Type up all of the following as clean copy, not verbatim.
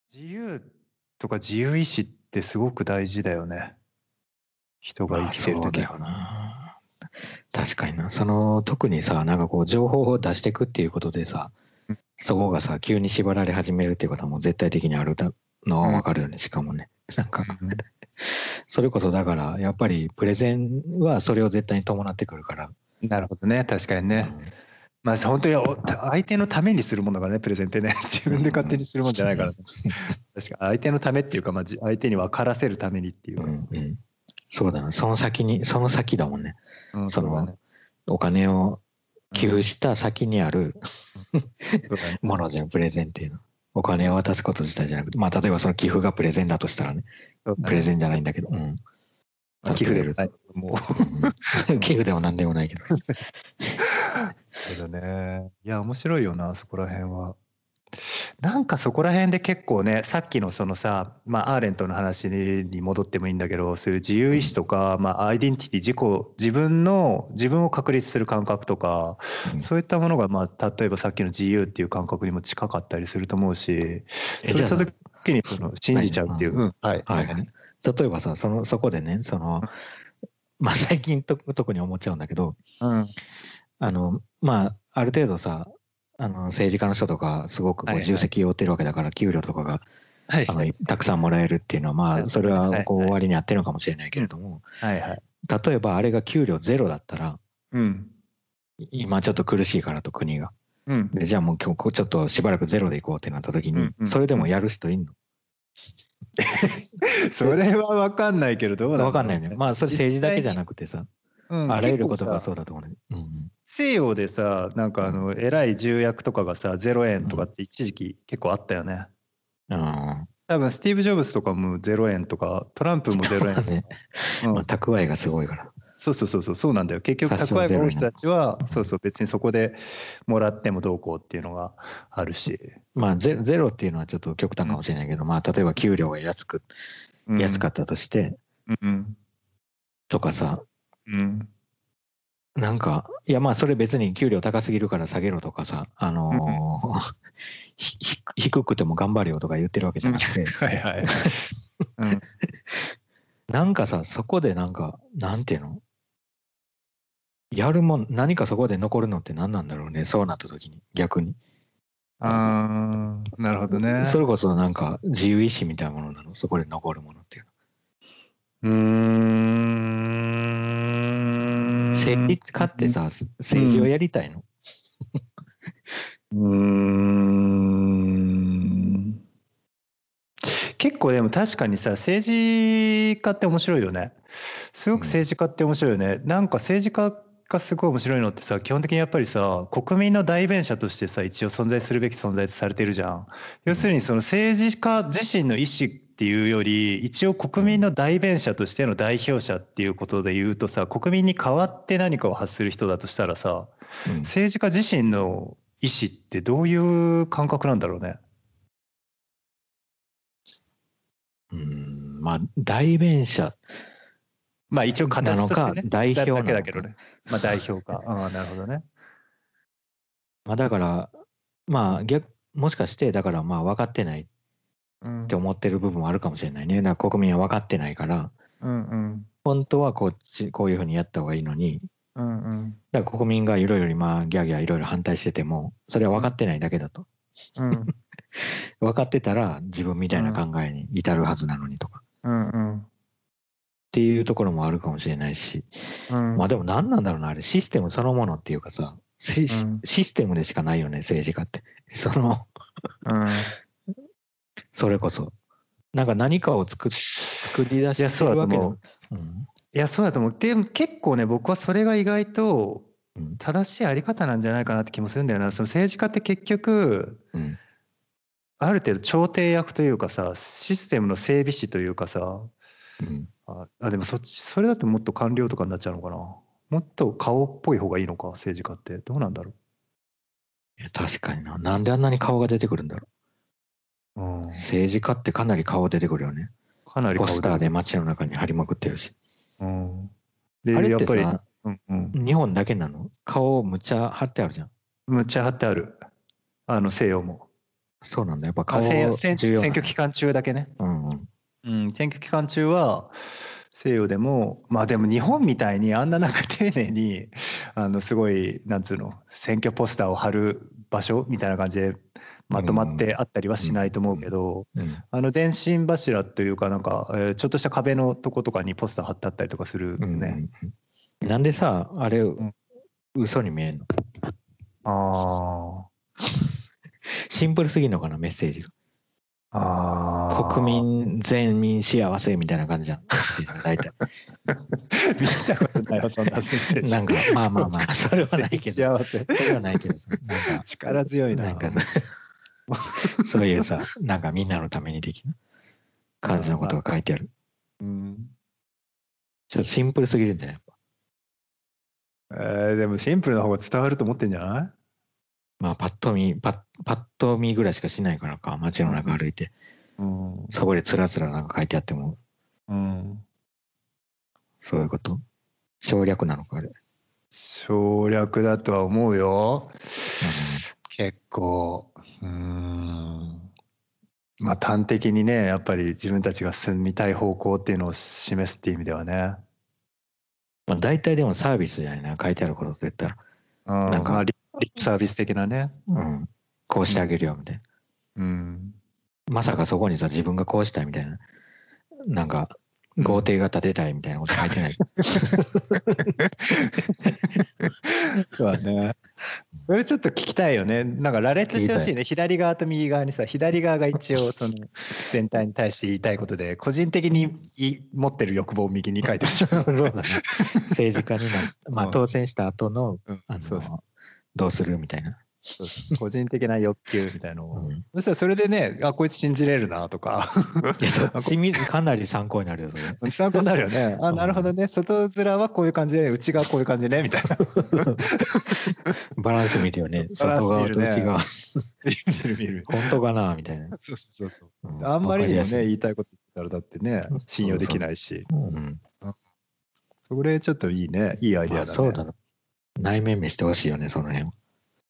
自由とか自由意志ってすごく大事だよね。人がまあ生きてるとき。 そうだよな。確かにな。特にさ、なんかこう情報を出していくっていうことでさ、 うんそこがさ、急に縛られ始めるっていうことはもう絶対的にあるのはうんわかるよね、しかもね。なんか、 うんそれこそだから、やっぱりプレゼンはそれを絶対に伴ってくるから。 なるほどね。確かにね。 うん。 まあ本当に相手のためにするものがね、プレゼンってね、自うんう分で勝手にんするもんじゃないからね。確か相手のためっていうか、まあ、相手に分からせるためにっていううか。 んうん。そうだな。その先だもんね。 うん、 その、 そうだね。 お金を寄付うん、 した先にあるそうだね。 ものじゃん、プレゼンっていうの。お金を渡すこと自体じゃなくて、まあ、例えばその寄付がプレゼンだとしたらね、 そうだね。 プレゼンじゃないんだけど、うん。 まあ、寄付でもない例えると。 けどもうんうん。 う。うん、 寄付でも何でもないけど。 そうだね。いや、面白いよな、そこら辺は。なんかそこら辺で結構ね、さっきのそのさ、まあ、アーレントの話に戻ってもいいんだけど、そういう自由意志うんとか、まあ、アイデンティティ、自分を確立する感覚とか、 うん。 そういったものが、まあ、例えばさっきの自由っていう感覚にも近かったりすると思うし、そういったじゃあさ、 時にその信じちゃうっていう、 うん。 うん、はい、 はいはい。 何例えばさ、そこでね、まあ最近特に思っちゃうんだけど、 うん、 まあ、ある程度さ、政治家の人とか、すごくこう重はいはい。 責を負ってるわけだから、給料とかが、 はいはい。 たくさんもらえるっていうのは、まあ、それなるほどね。はいはい。 はこう終わりにあってるのかもしれないけうん。 れども、 はいはい。 例えばあれが給料ゼロだったら、 うん。 今ちょっと苦しいからと国が。 うん。 で、じゃあもう今日ちょっとしばらくゼロでいこうってなった時に、 うん。うん。うん。 それでもやる人いんの？ そで、 れは分かんないけど、どうなんだろうね。 わかんないね。まあ、それ実政治だけじゃ際に。 なくてさ、 うん、 あらゆ結ることが構さ、 そうだと思うね。うん西洋でさ、なんかうん。 偉い重役とかがさ、0円とかっうん。 て一時期結構あったよね。 うん。 多分、スティーブ・ジョブズとかも0円とか、トランプも0円とね。 か。うまあ、 ん。 蓄えがすごいから。 そうなんだよ。結局、 殺傷蓄えが多いゼロになる。 人たちは、そうそう、別にそこでもらってもどうこうっていうのがあるし。 まあゼロっていうのはちょっと極端かもうん。 しれないけど、まあ例えば給料がうん。 安かったとして、 うん。 とかさ、 うん。 なんか、いやまあそれ別に給料高すぎるから下げろとかさ、 うん。 低くても頑張れよとか言ってるわけじうん。 ゃなくて、 はいはい。うん。 なんかさ、そこでなんか、なんていうの、何かそこで残るのって何なんだろうね、そうなった時に、逆に。 ああ、なるほどね。 それこそなんか自由意志みたいなものなの、そこで残るものっていうの。 うーん。 政治家ってさ、 うん。 政治をやりたいの？ うーん。結構でも確かにさ、政治家って面白いよね。すごくうん。 政治家って面白いよね。なんか政治家がすごい面白いのってさ、基本的にやっぱりさ、国民の代弁者としてさ、一応存在するべき存在とされてるじゃん。 うん。 要するにその政治家自身の意思っていうより、一応国民うん。 の代弁者としての代表者っていうことで言うとさ、国民に代わって何かを発する人だとしたらさ、 うん。 政治家自身の意思ってどういう感覚なんだろうね。 うん。まあ、代弁者まあ一応なのか、 形としてね、 代だ表なのか。 けだけどね。まあ代表か。ああ、なるほどね。 まあ、だから、まあ、もしかして、だからまあ、分かってないっうん。 て思ってる部分もあるかもしれないね。だから国民は分かってないから、 うんうん。 本当はこういうふうにやった方がいいのに、 うんうん。 だから国民がいろいろまあ、ギャーギャーいろいろ反対してても、それは分かってないだけだと。 うん。 分かってたら自分みたいなうん。 考えに至るはずなのにとか。 うんうん。 っていうところもあるかもしれないし。 うん。 まあでも何なんだろうな、あれ、システムそのものっていうかさ、 うん。 システムでしかないよね、政治家って。 うん。 それこそ。なんか何かを作り出いや、 しそうてるわけでも、 だと思う。 うん、 いや、そうだと思う。でも結構ね、僕はそれが意外とうん、 正しいあり方なんじゃないかなって気もするんだよな。その政治家って結局、 うん。 ある程度調停役というかさ、システムの整備士というかさ、 うん。 でもそれだともっと官僚とかになっちゃうのかな。もっと顔っぽい方がいいのか、政治家って。どうなんだろいや確かにな。なんであんなに顔が出てくるんだろう。うう。 ん。 政治家ってかなり顔出てくるよね。 かなりポスター顔出てくる。 で街の中に貼りまくってるし。 うん。 あれで、やっぱり、 ってさ、 うんうん。 日本だけなの？顔むっちゃ貼ってあるじゃん。 むっちゃ貼ってある。西洋も。 そうなんだ。やっぱ顔選重要な挙期間中だけね。 うんうん。 選挙期間中は西洋でも、まあでも日本みたいにあんななんか丁寧にすごいなんつうの選挙ポスターを貼る場所みたいな感じでまとまってあったりはしないと思うけど、電信柱というかなんか、ちょっとした壁のとことかにポスター貼ってあったりとかするね。 なんでさあれ、 うん、 嘘に見えんの？ あシンプルすぎんのかな、メッセージが。国あ民全員幸せみたいな感じじゃん。大体。 見たことないわそんなメッセージ。 なんかまあまあまあそれはないけど。 幸せ。 それはないけどさ、なんか力強いな。 なんかそういうさ、なんかみんなのために的な感じのことが書いてある。ちょっとシンプルすぎるんじゃない？ でもシンプルな方が伝わると思ってんじゃない？ まあパッと見ぐらいしかしないからか、街の中歩いて、そこでつらつらなんか書いてあっても、そういうこと？省略なのかあれ？ 省略だとは思うよ。結構まあ端的にねやっぱり自分たちが進みたい方向っていうのを示すっていう意味ではね。 まあ大体でもサービスじゃないな、書いてあることって言ったら。なんか、 まあリップサービス的なね。 こうしてあげるよみたいな。まさかそこにさ、自分がこうしたいみたいな、なんか豪邸が建てたいみたいなこと書いてない。 そうだね。それちょっと聞きたいよね。なんか羅列してほしいね。左側と右側にさ、左側が一応その全体に対して言いたいことで、個人的に持ってる欲望を右に書いてるし。そうだね。政治家にまあ当選した後の、どうするみたいな。 個人的な欲求みたいなのを、そしたらそれでね、あ、こいつ信じれるなとか。 いや、そっちかなり参考になるよ、それ。 参考になるよね。あ、なるほどね。外面はこういう感じで、内側こういう感じね、みたいな。 バランス見るよね。外側と内側。 見る。 本当かなみたいな。 そう。あんまりにもね、言いたいこと言ったらだってね、信用できないし。それちょっといいね。いいアイデアだね。 そうだ。内面見してほしいよね、その辺は。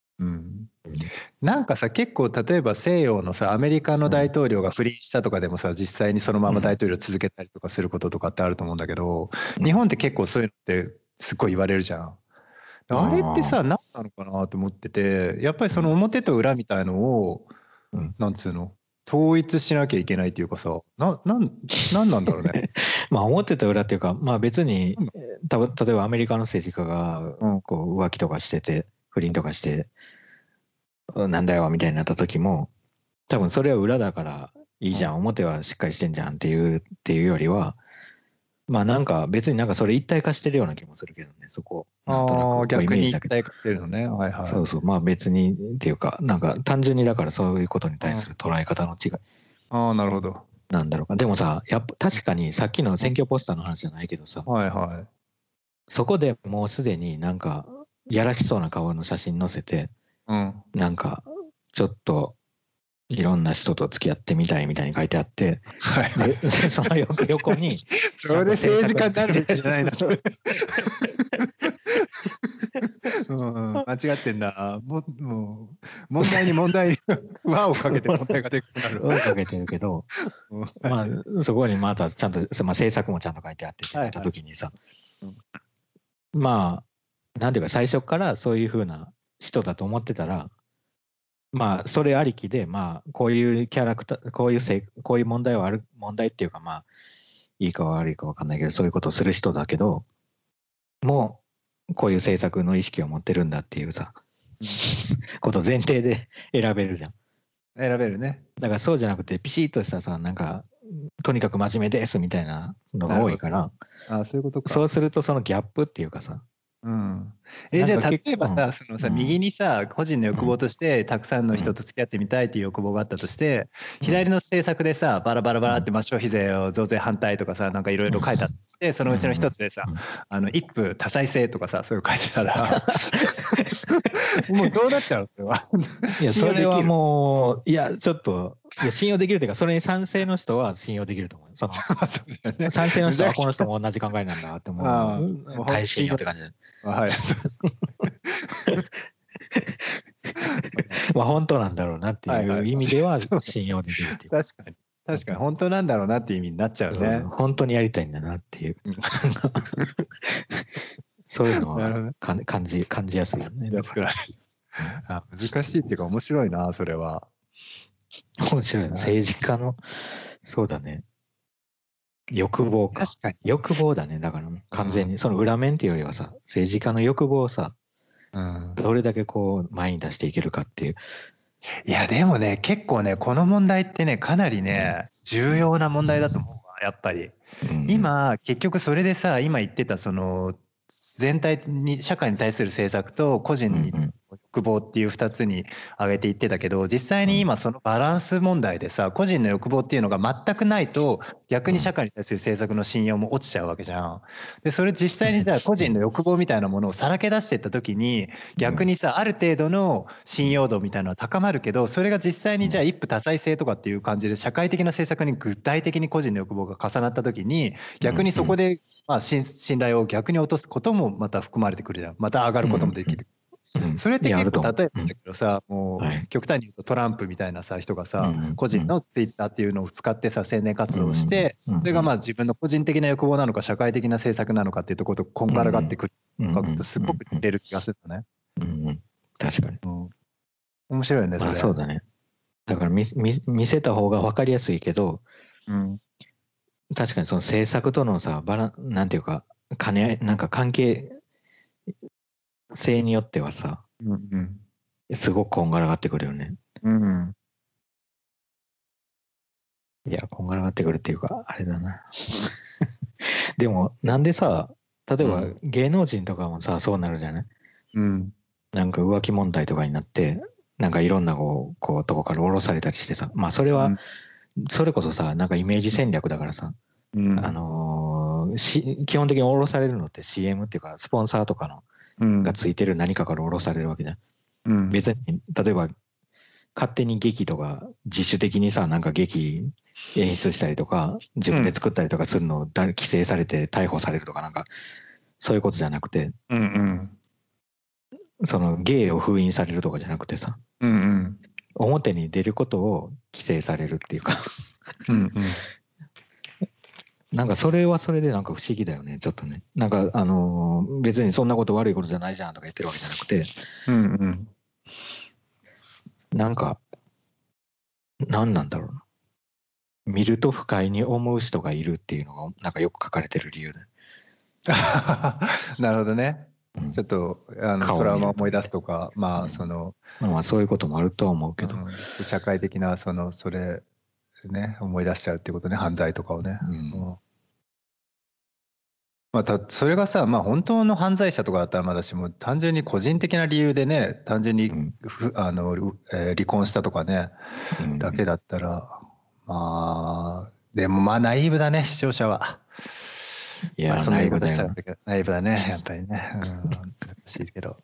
なんかさ結構例えば西洋のさアメリカの大統領が不倫したとかでもさ実際にそのまま大統領続けたりとかすることとかってあると思うんだけど、日本って結構そういうのってすっごい言われるじゃん。あれってさ何なのかなと思ってて、やっぱりその表と裏みたいのをなんつうの統一しなきゃいけないっていうかさ、なんなんだろうね。 まあ表と裏っていうか、まあ別に例えばアメリカの政治家がこう浮気とかしてて不倫とかしてなんだよみたいになった時も、多分それは裏だからいいじゃん、表はしっかりしてんじゃんっていうよりは、まあなんか別になんかそれ一体化してるような気もするけどね、そこ。なんとなく逆に一体化してるのね。はいはい。 そうそう、まあ別にっていうか、なんか単純にだからそういうことに対する捉え方の違い。 ああ、なるほど。 なんだろうか。でもさ、やっぱ確かにさっきの選挙ポスターの話じゃないけどさ、 はいはい。 そこでもうすでになんかやらしそうな顔の写真載せて、なんかちょっといろんな人と付き合ってみたいみたいに書いてあって、でその横にそれ政治家になるべきじゃないなと。間違ってんな。もう問題に輪をかけて問題ができる。 輪をかけてるけど、まあそこにまたちゃんと、まあ、政策もちゃんと書いてあってってなった時にさ、まあなんていうか最初からそういうふうな人だと思ってたら、まあそれありきで、まあこういうキャラクター、こういう問題は問題っていうか、まあいいか悪いか分かんないけど、そういうことをする人だけどもうこういう政策の意識を持ってるんだっていうさ、こと前提で選べるじゃん。 選べるね。 だからそうじゃなくてピシッとしたさ、なんかとにかく真面目ですみたいなのが多いから、 そういうことか。 そうするとそのギャップっていうかさ、 じゃあ例えばさ、そのさ、右にさ個人の欲望としてたくさんの人と付き合ってみたいっていう欲望があったとして、左の政策でさバラバラって消費税を増税反対とかさなんかいろいろ書いてあって、そのうちの一つでさ、一夫多妻制とかさそういう書いてたらもうどうなっちゃうの？ いやそれはもういやちょっと信用できるというか、それに賛成の人は信用できると思う。その賛成の人はこの人も同じ考えなんだって思う。大信用って感じで。はい。 まあ本当なんだろうなっていう意味ではそう信用できるっていう。 確かに本当なんだろうなっていう意味になっちゃうそうそう、 ね。 本当にやりたいんだなっていう。 うんそういうのはなるほどね。 感じやすいよね。だか安くない。 ら。うん、 難しいっていうか面白いな、それは。 面白いの。政治家の、そうだね。欲望か。 確かに。 欲望だね。だから完全に、その裏面っていうよりはさ、政治家の欲望をさ、 うん。 どれだけこう前に出していけるかっていう。 いや、でもね、結構ね、この問題ってね、かなりね、重要な問題だと思うわ、やっぱり。 うん。 今、結局それでさ、今言ってた、全体に、社会に対する政策と個人にうんうん欲望っていう2つに挙げて言ってたけど、実際うんに今そのバランス問題でさ、個人の欲望っていうのが全くないと、逆うんに社会に対する政策の信用も落ちちゃうわけじゃん。で、それ実際にじゃあ個人の欲望みたいなものをさらけ出していった時に、逆にさ、ある程度の信用度みたいなのは高まるけど、それが実際にじゃあ一夫多妻制とかっていう感じで社会的な政策に具体的に個人の欲望が重なった時に、逆にそこでまあ信頼を逆に落とすこともまた含まれてくるじゃん。また上がることもできる。それっいや、あて結構ると思う。 例えばだけどさ、もうはい。 極端に言うとトランプみたいなさ人がさ、個人うんのツイッターっていうのを使ってさ宣伝活動をしうんて、それがまあうん自分の個人的な欲望なのか社会的な政策なのかっていうところとこんがらがってくるうん感覚とすごく似てる気がするのね。 確かに。 うん、面白いよねそまあれ。 そうだね。だから見せた方が分かりやすいけど、 うん。 確かにその政策とのさ、なんていうか、兼ね合い、なんか関係性によってはさ、 うんすごくこんがらがってくるよね。 うん。うん。 いや、こんがらがってくるっていうか、あれだな。でも、なんでさ、例えばうん芸能人とかもさ、そうなるじゃない？ うん。 なんか浮気問題とかになって、なんかいろんなとこから降ろされたりしてさ、まあそれは、それこそさ、なんかイメージ戦略だからさ、 うん基本的に降ろされるのって CM っていうか、スポンサーとかのがついてる何かから降ろされるわけじゃん。 うん。 別に、例えば、勝手に劇とか、自主的にさ、なんか劇演出したりとか、自分で作ったりとかするのを規制されて逮捕されるとか、なんか、そういうことじゃなくて、 うんうんその芸を封印されるとかじゃなくてさ、 うんうん表に出ることを規制されるっていうかうんうん。 なんかそれはそれでなんか不思議だよね、ちょっとね。なんか別にそんなこと悪いことじゃないじゃんとか言ってるわけじゃなくて、 うんうん。 なんか、何なんだろうな。見ると不快に思う人がいるっていうのが、なんかよく書かれてる理由で。 なるほどね。 うん。 ちょっとト顔を見ると。 ラウマを思い出すとか、まあうん。まあそういうこともあるとは思うけど。 社会的なそれね思い出しちゃうっていうことね、犯罪とかをね。 うん。 まあ、それがさ、まあ、本当の犯罪者とかだったらまだしも単純に個人的な理由でね、単純にうん。 離婚したとかねうん。 だけだったら、まあでもまあナイーブだね視聴者は。まあいや、ナイそんな言い方ブだよ。 したらだけどナイーブだねやっぱりね。難しいけど。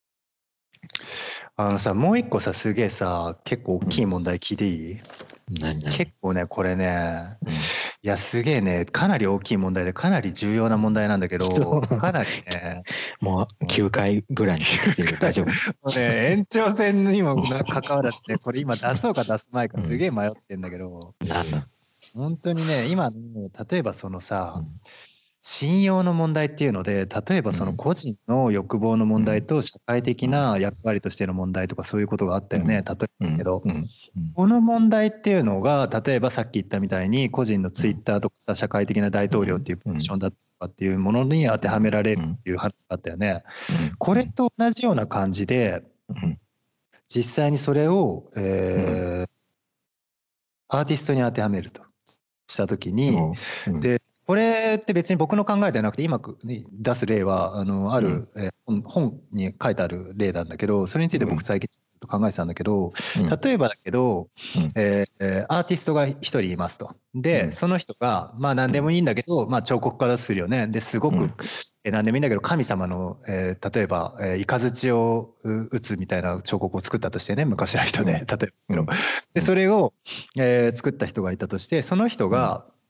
さもう一個さすげえさ結構大きい問題聞いていい？ 何？ 結構ねこれね、 うん。 いやすげえねかなり大きい問題でかなり重要な問題なんだけそう。 ど、かなりねもう9回ぐらいになってきてるけど大丈夫？ もうね延長戦にも関わらずねこれ今出そうか出す前かうん。 すげえ迷ってんだけど、 なんなん？ 本当にね今ね例えばそのさうん。 信用の問題っていうので、例えばそのうん。 個人の欲望の問題うん。 と社会的うん。 な役割としての問題とかそういうことがあったよね、例えうん。 ばだうん。 けど、 うん。うん。 この問題っていうのが例えばさっき言ったみたいに個人のうん。 ツイッターとかさ社会的な大統領っていうポうん。 ジションだとかっていうものに当てはめられるうん。 っていう話があったよね。 うん。 これと同じような感じでうん。 実際にそれを、 うん。 アーティストに当てはめるとした時に、 うん。 でこれって別に僕の考えではなくて今出す例はあうん。 る、本に書いてある例なんだけど、それについて僕最近ちょっと考えてたんだけど、 うん。 例えばだけど、 うん。 アーティストが一人いますと。でその人がまあ何でもいいんだけど、まあ、彫刻家だとするよね。ですごく、何でもいいんだけど神様の、例えば、雷を打つみたいな彫刻を作ったとしてね、昔の人で例えば。でそれを、作った人がいたとして、その人が、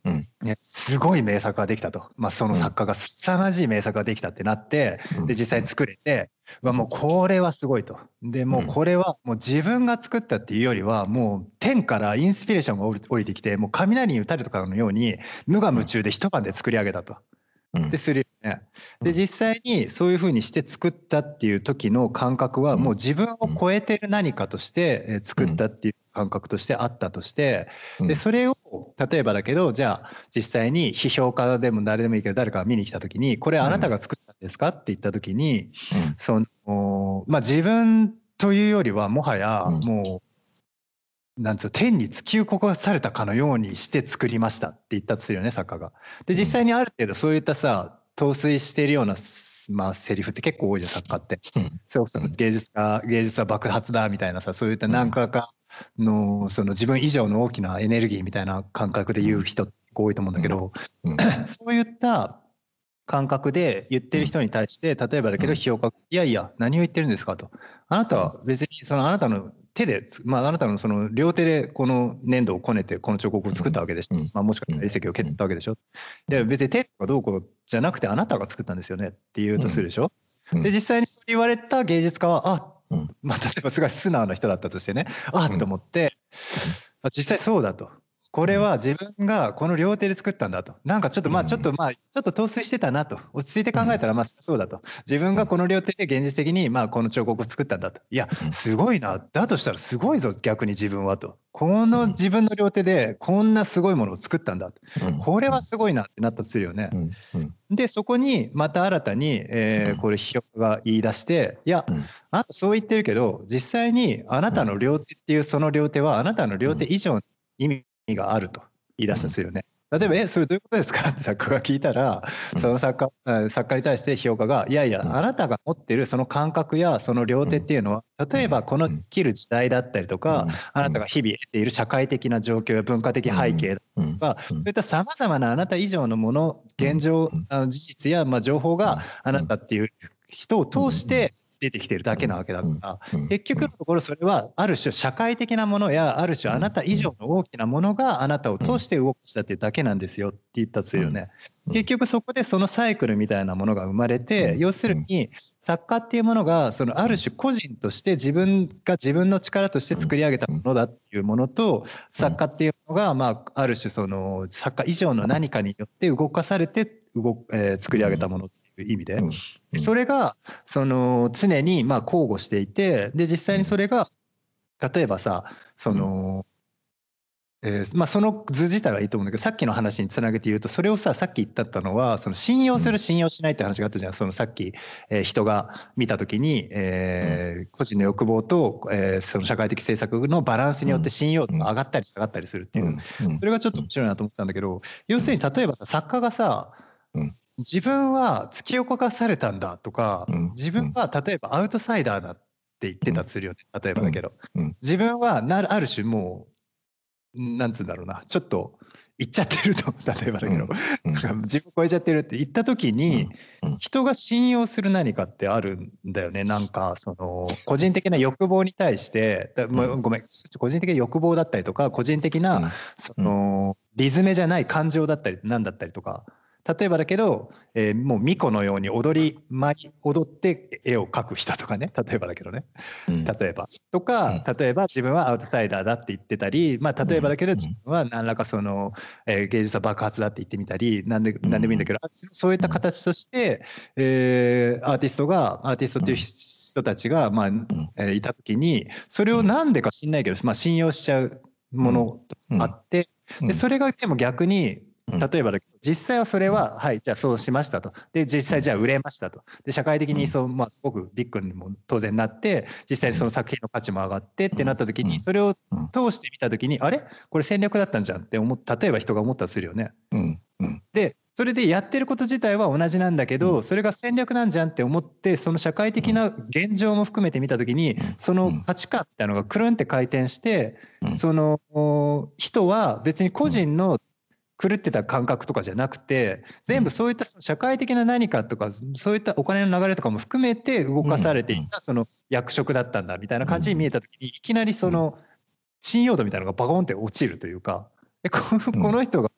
ね、すごい名作ができたと、まあ、その作家が凄まじい名作ができたってなって、で実際に作れて、もうこれはすごいと。でもうこれはもう自分が作ったっていうよりはもう天からインスピレーションが降りてきて、もう雷に打たれたかのように無我夢中で一晩で作り上げたと。でするよね。で実際にそういうふうにして作ったっていう時の感覚はもう自分を超えてる何かとして作ったっていう感覚としてあったとして、でそれを例えばだけど、じゃあ実際に批評家でも誰でもいいけど誰かが見に来た時にこれあなたが作ったんですかって言った時に、そのまあ自分というよりはもはやもうなんつう天に突き動かされたかのようにして作りましたって言ったとするよね、作家が。で実際にある程度そういったさ陶酔しているようなまあセリフって結構多いじゃん、作家って。そう芸術は爆発だみたいなさ、そういった何かのその自分以上の大きなエネルギーみたいな感覚で言う人って多いと思うんだけど、そういった感覚で言ってる人に対して例えばだけど評価、いやいや何を言ってるんですかと。あなたは別にそのあなたの手で、まあ、あなたのその両手でこの粘土をこねてこの彫刻を作ったわけでしょ、まあ、もしくは遺跡を削ったわけでしょ。いや別に手とかどうこうじゃなくてあなたが作ったんですよねって言うとするでしょ。で実際にそう言われた芸術家はまあ、例えばすごい素直な人だったとしてね、と思って、実際そうだと。これは自分がこの両手で作ったんだと。なんかちょっとちょっと陶酔してたなと。落ち着いて考えたらまあそうだと。自分がこの両手で現実的にまあこの彫刻を作ったんだと。いやすごいな。だとしたらすごいぞ逆に自分はと。この自分の両手でこんなすごいものを作ったんだと。これはすごいなってなったとするよね。でそこにまた新たにこれ批評が言い出して、いやあなたそう言ってるけど実際にあなたの両手っていうその両手はあなたの両手以上の意味があると言い出したんですよね。例えばそれどういうことですかって作家が聞いたら、その作家に対して評価が、いやいやあなたが持ってるその感覚やその両手っていうのは、例えばこの生きる時代だったりとか、あなたが日々得ている社会的な状況や文化的背景だとか、そういったさまざまなあなた以上のもの、現状、事実や情報があなたっていう人を通して出てきてるだけなわけだから、結局のところそれはある種社会的なものやある種あなた以上の大きなものがあなたを通して動かしたっていうだけなんですよって言ったとするよね。結局そこでそのサイクルみたいなものが生まれて、要するに作家っていうものがそのある種個人として自分が自分の力として作り上げたものだっていうものと、作家っていうのがある種その作家以上の何かによって動かされて作り上げたものっていう意味で、それがその常に交互していて、で実際にそれが例えばさその、その図自体はいいと思うんだけど、さっきの話につなげて言うと、それをさっき言ったのはその信用する信用しないって話があったじゃん。そのさっき、人が見た時に、個人の欲望と、その社会的政策のバランスによって信用度が上がったり下がったりするっていう、それがちょっと面白いなと思ってたんだけど、要するに例えばさ作家がさ自分は突き動かされたんだとか、自分は例えばアウトサイダーだって言ってたとするよね、例えばだけど、自分はある種もうなんつうんだろうな、ちょっと言っちゃってると、例えばだけど、自分超えちゃってるって言った時に、人が信用する何かってあるんだよね。なんかその個人的な欲望に対してごめん、個人的な欲望だったりとか個人的なその理詰めじゃない感情だったりなんだったりとか、例えばだけど、もう巫女のように踊って絵を描く人とかね、例えばだけどね、例えばとか、例えば自分はアウトサイダーだって言ってたり、例えばだけど自分は何らかその、芸術は爆発だって言ってみたり、何でもいいんだけど、そういった形として、アーティストっていう人たちがいた時に、それをなんでか知んないけど、信用しちゃうものあって、でそれがでも逆に例えば実際はそれははいじゃあそうしましたと。で実際じゃあ売れましたと。で社会的にすごくビッグにも当然なって、実際にその作品の価値も上がってってなった時に、それを通してみた時にあれこれ戦略だったんじゃんって例えば人が思ったとするよね。でそれでやってること自体は同じなんだけど、それが戦略なんじゃんって思って、その社会的な現状も含めて見た時に、その価値観っていうのがくるんって回転して、その人は別に個人の狂ってた感覚とかじゃなくて、全部そういった社会的な何かとか、そういったお金の流れとかも含めて動かされていたその役職だったんだみたいな感じに見えた時に、いきなりその信用度みたいなのがバコンって落ちるというか、この人が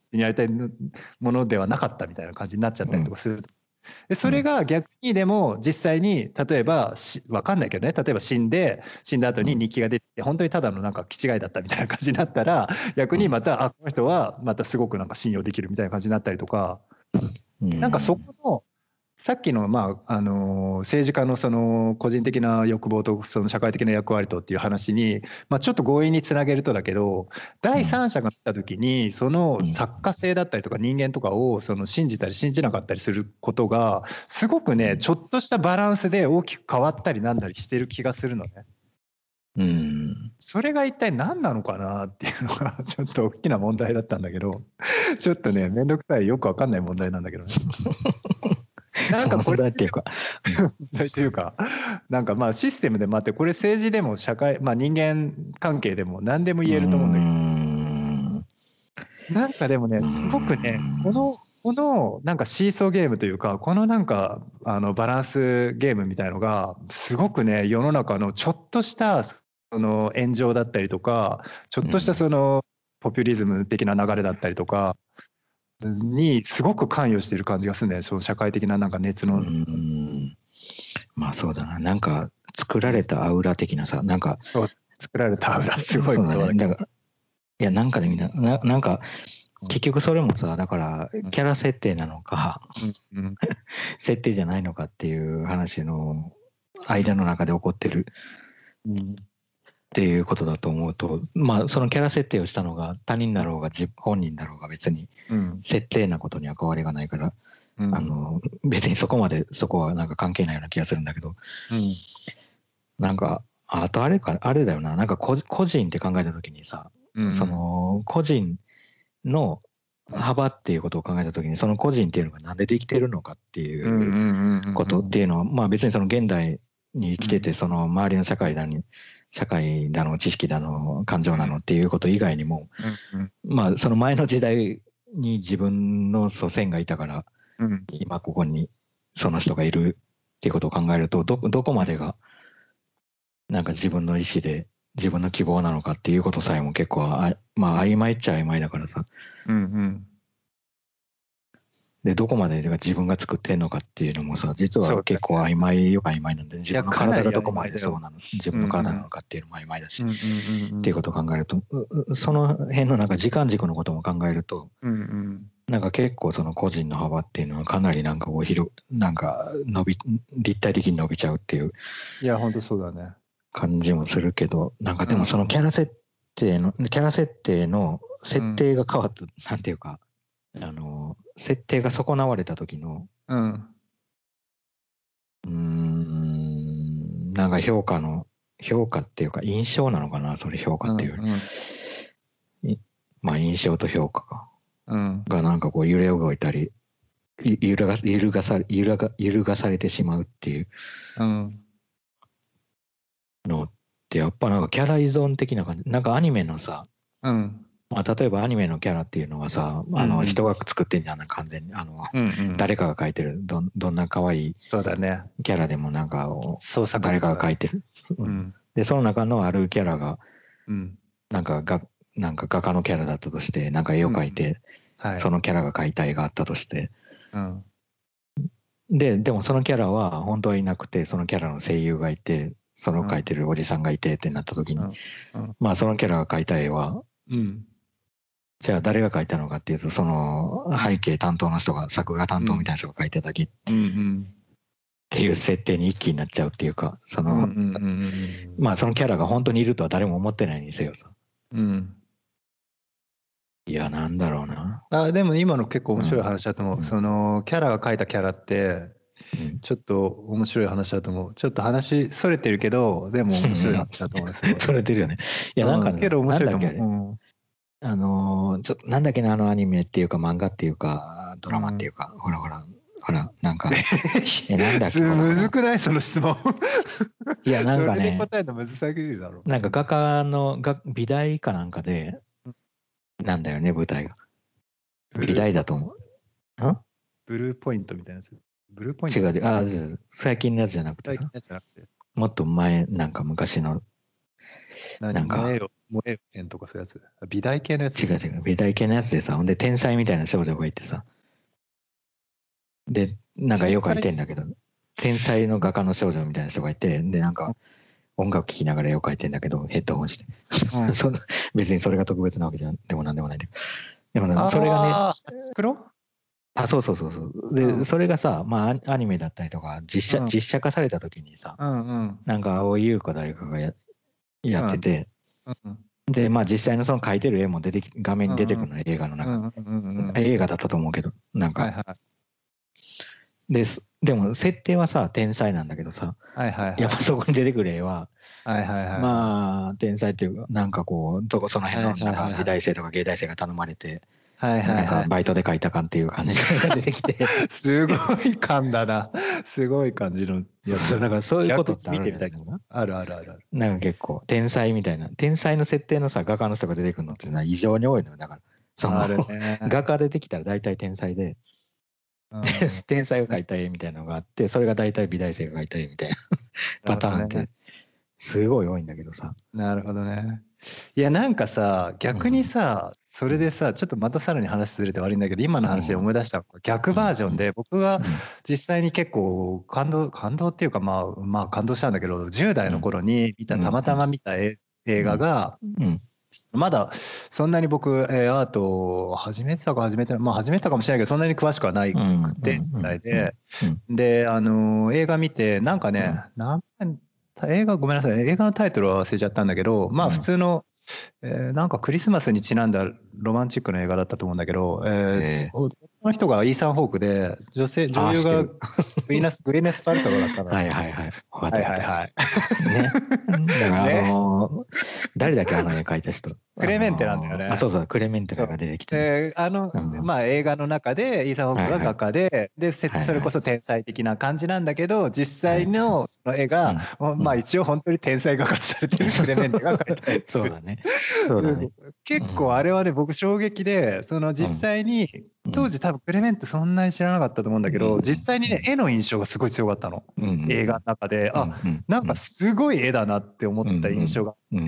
にやりたいものではなかったみたいな感じになっちゃったりとかする。でそれが逆にでも実際に例えば分かんないけどね、例えば死んだ後に日記が出てきて本当にただのなんか気違いだったみたいな感じになったら、逆にまたこの人はまたすごくなんか信用できるみたいな感じになったりとか、なんかそこのさっきの政治家のその個人的な欲望とその社会的な役割とっていう話に、ちょっと強引につなげるとだけど、第三者が来た時にその作家性だったりとか人間とかをその信じたり信じなかったりすることがすごくね、ちょっとしたバランスで大きく変わったりなんだりしてる気がするのね。それが一体何なのかなっていうのがちょっと大きな問題だったんだけど、ちょっとね面倒くさいよくわかんない問題なんだけどね。なんかこれっていうかというか、なんかまあシステムでもあって、これ政治でも社会、人間関係でも何でも言えると思うんだけど、なんかでもね、すごくね、このなんかシーソーゲームというか、このなんかバランスゲームみたいのがすごくね、世の中のちょっとしたその炎上だったりとか、ちょっとしたそのポピュリズム的な流れだったりとかにすごく関与している感じがするんだよ、その社会的ななんか熱の。 まあそうだな、なんか作られたアウラ的なさ、なんか作られたアウラすごい言葉だけど、いやなんかね、なんか結局それもさ、だからキャラ設定なのか、設定じゃないのかっていう話の間の中で起こってるっていうことだと思うと、まあそのキャラ設定をしたのが他人だろうが本人だろうが別に設定なことには変わりがないから、別にそこはなんか関係ないような気がするんだけど、なんかあとあれだよな、なんか個人って考えた時にさ、その個人の幅っていうことを考えた時に、その個人っていうのがなんでできてるのかっていうことっていうのは、まあ別にその現代に生きてて、その周りの社会だの知識だの感情なのっていうこと以外にも、まあその前の時代に自分の祖先がいたから、今ここにその人がいるっていうことを考えると、どこまでがなんか自分の意思で自分の希望なのかっていうことさえも結構まあ曖昧っちゃ曖昧だからさ、でどこまで自分が作ってんのかっていうのもさ、実は結構曖昧なんで、自分の体がどこまでそうなの、自分の体なのかっていうのも曖昧だし、っていうことを考えると、その辺のなんか時間軸のことも考えると、なんか結構その個人の幅っていうのはかなりなんかなんか立体的に伸びちゃうっていう、 いや本当そうだね感じもするけど、なんかでもそのキャラ設定の設定が変わった、なんていうか、設定が損なわれた時のなんか評価っていうか印象なのかな、それ評価っていうより、まあ印象と評価がなんかこう揺れ動いたり揺るがされてしまうっていうのってやっぱなんかキャラ依存的な感じ、なんかアニメのさ、まあ、例えばアニメのキャラっていうのはさ、人が作ってんじゃん、完全に誰かが描いてる、どんな可愛いキャラでもなんか誰かが描いてる、でその中のあるキャラがなんか画家のキャラだったとして、なんか絵を描いて、そのキャラが描いた絵があったとして、でもそのキャラは本当はいなくて、そのキャラの声優がいて、その描いてるおじさんがいてってなった時に、まあそのキャラが描いた絵は、じゃあ誰が描いたのかっていうと、その背景担当の人が、作画担当みたいな人が描いてただけっていう設定に一気になっちゃうっていうか、まあそのキャラが本当にいるとは誰も思ってないにせよさ。いや、なんだろうな。 でも今の結構面白い話だと思う。そのキャラが描いたキャラってちょっと面白い話だと思う。ちょっと話それてるけど、でも面白い話だと思う。 それてるよね。いやなんかね、 けど面白いかも。 ちょっとなんだっけな、アニメっていうか漫画っていうかドラマっていうか、ほらなんかなんだっけ、 むずくないその質問。 いやなんかね、 それで答えるのむずすぎるだろ。 なんか画家の美大かなんかでなんだよね、舞台が美大だと思う。 ブルーポイントみたいなやつ。ブルーポイント。 違う、最近のやつじゃなくてさ、もっと前、なんか昔のなんか燃えよ剣とかそういうやつ。美大系のやつ。 違う美大系のやつでさ、ほんで天才みたいな少女がいてさ、でなんか絵を描いてんだけど、天才の画家の少女みたいな人がいて、でなんか音楽聴きながら絵を描いてんだけど、ヘッドホンして、その別にそれが特別なわけじゃでもなんでもないんだけど、でもね、それがね、 黒？ そうで、それがさ、まあアニメだったりとか実写化された時にさ、なんか蒼井優か誰かがやってて、でまあ実際のその描いてる絵も画面に出てくるの、映画の中、映画だったと思うけど、なんか、でも設定はさ天才なんだけどさ、やっぱそこに出てくる絵はまあ天才っていうか、なんかこうその辺のなんか美大生とか芸大生が頼まれて、なんかバイトで描いた感っていう感じが出てきてすごい感だな。すごい感じのやつ。だからそういうことってあるんだよな。あるあるある。 なんか結構天才みたいな、天才の設定のさ画家の人が出てくるのって異常に多いのよ。だからその画家出てきたら大体天才で、天才が描いた絵みたいなのがあって、それが大体美大生が描いた絵みたいなパターンってすごい多いんだけどさ。 なるほどね。いやなんかさ、逆にさ、それでさ、ちょっとまたさらに話ずれて悪いんだけど、今の話で思い出したのが逆バージョンで、僕が実際に結構感動っていうか、まあ感動したんだけど、10代の頃にたまたま見た映画が、まだそんなに僕、アートを始めてたか始めてない、まあ始めてたかもしれないけど、そんなに詳しくはないくて、時代で、で、映画見て、なんかね、映画、ごめんなさい、映画のタイトルは忘れちゃったんだけど、まあ普通の、なんかクリスマスにちなんだロマンチックな映画だったと思うんだけど、男の人がイーサン・ホークで、女優がグイネス・パルトロだったの。 はい。ね。だから誰だっけ、あの絵描いた人。 クレメンテなんだよね。 そうクレメンテが出てきて。 まあ映画の中でイーサン・ホークが画家で、それこそ天才的な感じなんだけど、実際のその絵が、まあ一応本当に天才画家とされてるクレメンテが描いた絵。 そうだね。 結構あれはね、僕衝撃で、その実際に、当時多分クレメンテそんなに知らなかったと思うんだけど、実際にね、絵の印象がすごい強かったの。映画の中で、なんかすごい絵だなって思った印象があって、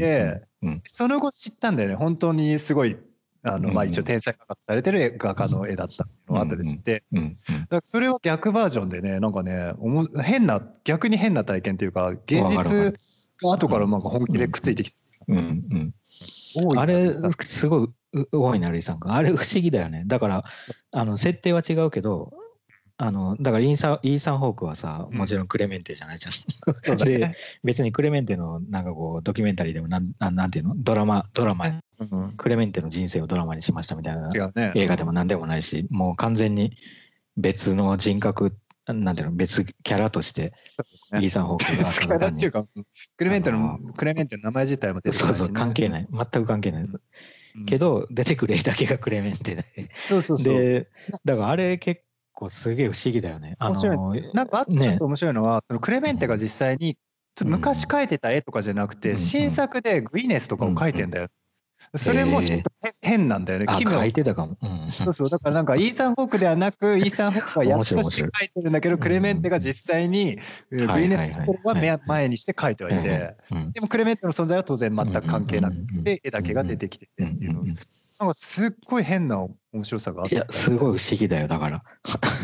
その後知ったんだよね、本当にすごい、まあ一応天才画家とされてる画家の絵だったのを後で知って、それは逆バージョンでね、なんかね、逆に変な体験というか、現実が後からなんか本気でくっついてきて。 あれすごい多いな、ルイさんが。あれ不思議だよね。だから設定は違うけど、だからイーサン・ホークはさ、もちろんクレメンテじゃないじゃん。で別にクレメンテのなんかこうドキュメンタリーでもなんていうの、ドラマクレメンテの人生をドラマにしましたみたいな映画でもなんでもないし、もう完全に別の人格、なんていうの、別キャラとしてイーサン・ホークがキャラっていうか、クレメンテの名前自体も出てくるし、 そう関係ない、全く関係ない。けど出てくる絵だけがクレメンテで、でだからあれ結構すげえ不思議だよね。 面白い。なんかあとちょっと面白いのは、そのクレメンテが実際に昔描いてた絵とかじゃなくて、新作でグイネスとかを描いてんだよ。それもちょっと変なんだよね。 描いてたかも。 そうだからなんかイーサン・ホークではなく、イーサン・ホークがやっとして描いてるんだけど、クレメンテが実際にグイネスは前にして描いてはいて、でもクレメンテの存在は当然全く関係なくて、絵だけが出てきてっていうの。なんかすっごい変な面白さがあった。 いや、すごい不思議だよ、だから。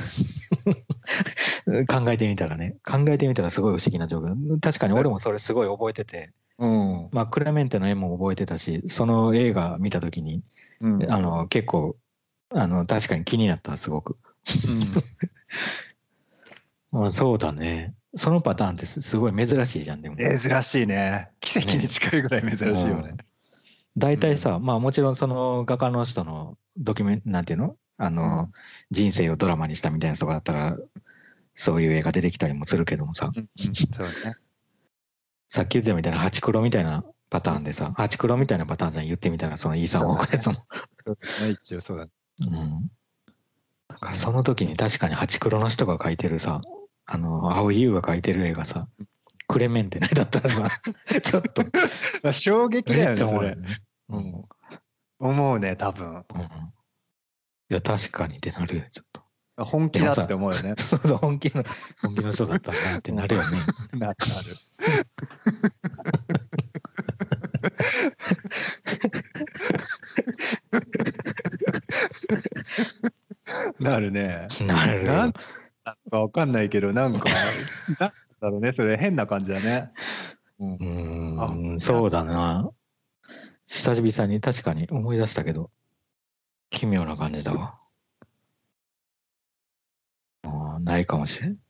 考えてみたらすごい不思議な状況。確かに俺もそれすごい覚えてて、まあクレメンテの絵も覚えてたし、その映画見た時に、結構確かに気になった、すごく。そうだね。そのパターンってすごい珍しいじゃん。でも珍しいね。奇跡に近いぐらい珍しいよね。 大体さ、まあもちろんその画家の人のなんていうの、人生をドラマにしたみたいな人があったらそういう映画出てきたりもするけどもさ、 そうね。 さっき言ってたみたいなハチクロみたいなパターンでさ、ハチクロみたいなパターンじゃん、言ってみたら、そのイーサン・ホークのやつも。 そうだね、一応そうだね。 だからその時に確かにハチクロの人が描いてるさ、蒼井優が描いてる絵がさ、クレメンテないだったらさ、ちょっと衝撃だよね、それ。思うね、多分。 いや、確かにってなるよ、ちょっと。 本気だって思うよね。 本気の人だったなってなるよね。 なる。 なるね。 なるなんよ。 かわかんないけど、なんか、なんだろうね、それ変な感じだね。うん。 そうだな。久々に確かに思い出したけど、奇妙な感じだわ。ないかもしれん。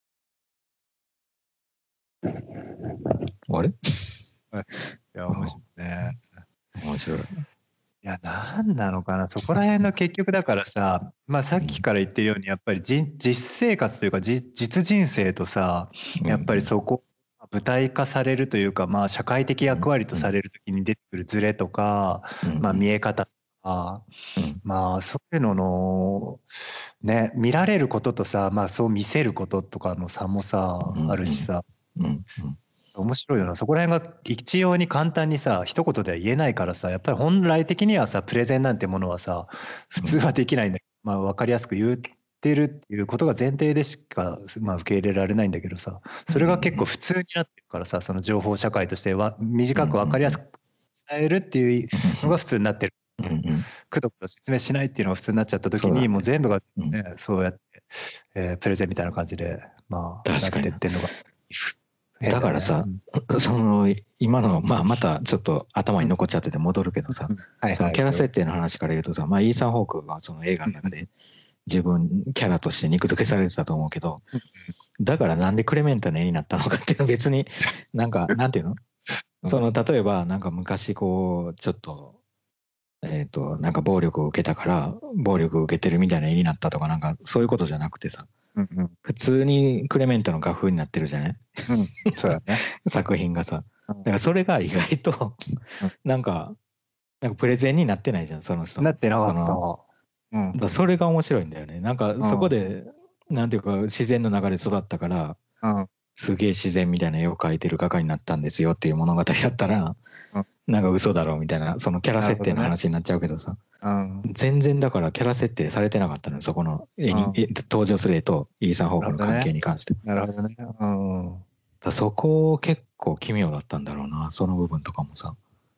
あれ？ いや、面白いね。 面白い。 いや、なんなのかな、そこら辺の結局だからさ、まあさっきから言ってるように、やっぱり実生活というか、実人生とさ、やっぱりそこ、舞台化されるというか、まあ社会的役割とされるときに出てくるズレとか、まあ見え方とか、まあそういうのの、ね、見られることとさ、まあそう見せることとかの差もさ、あるしさ、面白いよな。そこら辺が一様に簡単にさ、一言では言えないからさ、やっぱり本来的にはさ、プレゼンなんてものはさ、普通はできないんだけど、まあ分かりやすく言ってるっていうことが前提でしか、まあ、受け入れられないんだけどさ、それが結構普通になってるからさ、その情報社会としては短く分かりやすく伝えるっていうのが普通になってる。くどくど説明しないっていうのが普通になっちゃった時に、もう全部が、ね、そうやって、プレゼンみたいな感じで、まあ、なってってんのが。 だからさ、今の、まあ、またちょっと頭に残っちゃってて戻るけどさ、そのキャラ設定の話から言うとさ、まあ、イーサン・ホークがその映画の中で自分キャラとして肉付けされてたと思うけど、だからなんでクレメンタの絵になったのかっていうのは別になんかなんていうの、例えばなんか昔こうちょっとなんか暴力を受けたから暴力を受けてるみたいな絵になったとかなんかそういうことじゃなくてさ、普通にクレメントの画風になってるじゃない、 そうだね。 作品がさ。だからそれが意外となんかプレゼンになってないじゃん、その人の。 なってなかった。 それが面白いんだよね。なんかそこで、なんていうか自然の中で育ったから、すげえ自然みたいな絵を描いてる画家になったんですよっていう物語だったら、なんか嘘だろうみたいな、そのキャラ設定の話になっちゃうけどさ。全然だからキャラ設定されてなかったのよ、そこの絵に、登場する絵とイーサン・ホークの関係に関して。 なるほどね。 そこ結構奇妙だったんだろうな、その部分とかもさ。